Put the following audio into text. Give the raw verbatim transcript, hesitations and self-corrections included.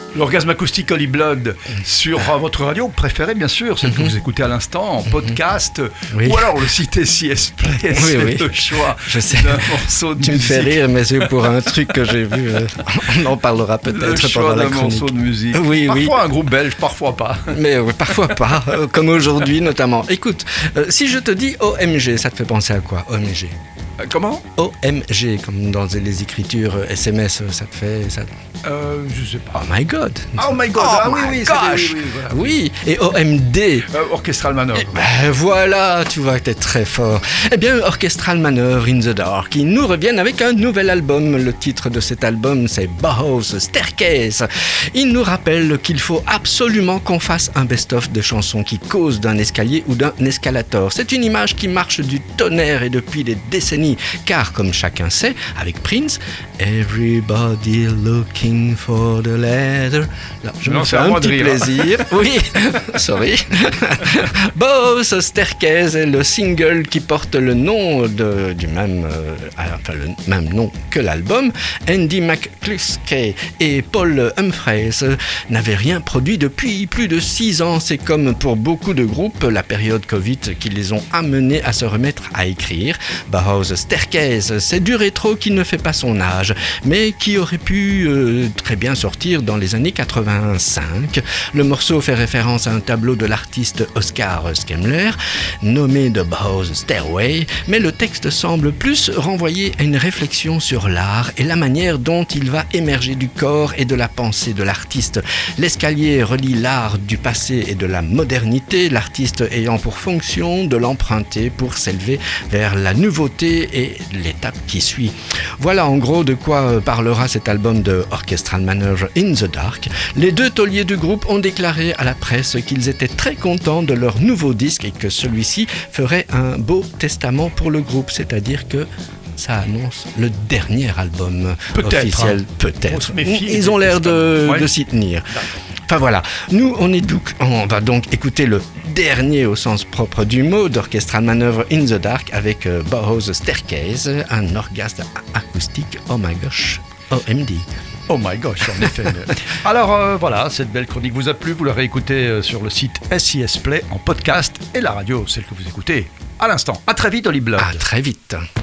L'orgasme acoustique Holy Blood sur euh, votre radio préférée, bien sûr, celle mm-hmm. que vous écoutez à l'instant, en podcast, oui. ou alors le site S I S Play, oui, c'est oui. le choix Je sais. d'un morceau de tu musique. Tu me fais rire, mais c'est pour un truc que j'ai vu, euh, on en parlera peut-être le pendant la chronique. Le choix d'un morceau de musique. Oui, parfois oui. un groupe belge, parfois pas. Mais oui, parfois pas, euh, comme aujourd'hui notamment. Écoute, euh, si je te dis O M G, ça te fait penser à quoi, O M G? euh, Comment? O M G, comme dans les écritures S M S, ça te fait... Ça... Euh, je sais pas. Oh my God. Oh my God. Oh ah oui, my oui, gosh. oui, oui, voilà. Oui, et O M D. Euh, Orchestral Manœuvre. Eh ben, voilà, tu vois que t'es très fort. Eh bien, Orchestral Manœuvre in the Dark, ils nous reviennent avec un nouvel album. Le titre de cet album, c'est Bauhaus Staircase. Il nous rappelle qu'il faut absolument qu'on fasse un best-of de chansons qui causent d'un escalier ou d'un escalator. C'est une image qui marche du tonnerre et depuis des décennies, car comme chacun sait, avec Prince, Everybody looking for the ladder. Là, je non, me fais un petit rire, plaisir. Hein. Oui, sorry. Bauhaus Staircase est le single qui porte le nom de, du même, euh, enfin, le même nom que l'album. Andy McCluskey et Paul Humphreys n'avaient rien produit depuis plus de six ans. C'est comme pour beaucoup de groupes, la période Covid qui les ont amenés à se remettre à écrire. Bauhaus Staircase, c'est du rétro qui ne fait pas son âge, mais qui aurait pu euh, très bien sortir dans les années quatre-vingt-cinq. Le morceau fait référence à un tableau de l'artiste Oscar Schemmler, nommé The Bauhaus Stairway, mais le texte semble plus renvoyer à une réflexion sur l'art et la manière dont il va émerger du corps et de la pensée de l'artiste. L'escalier relie l'art du passé et de la modernité, l'artiste ayant pour fonction de l'emprunter pour s'élever vers la nouveauté et l'étape qui suit. Voilà en gros de quoi parlera cet album de Orchestral Manœuvre in the Dark. Les deux tauliers du groupe ont déclaré à la presse qu'ils étaient très contents de leur nouveau disque et que celui-ci ferait un beau testament pour le groupe, c'est-à-dire que ça annonce le dernier album peut-être, officiel, hein. peut-être. Méfie, Ils ont l'air de, ouais. de s'y tenir. Enfin voilà, nous on, est donc, on va donc écouter le dernier au sens propre du mot d'Orchestral Manœuvre in the Dark avec euh, Bauhaus Staircase, un orgasme acoustique, oh my gosh, O M D. Oh my gosh, en effet. Alors euh, voilà, cette belle chronique vous a plu, vous l'aurez écoutée euh, sur le site S I S Play en podcast et la radio, celle que vous écoutez à l'instant. À très vite, Holy Blood. À très vite.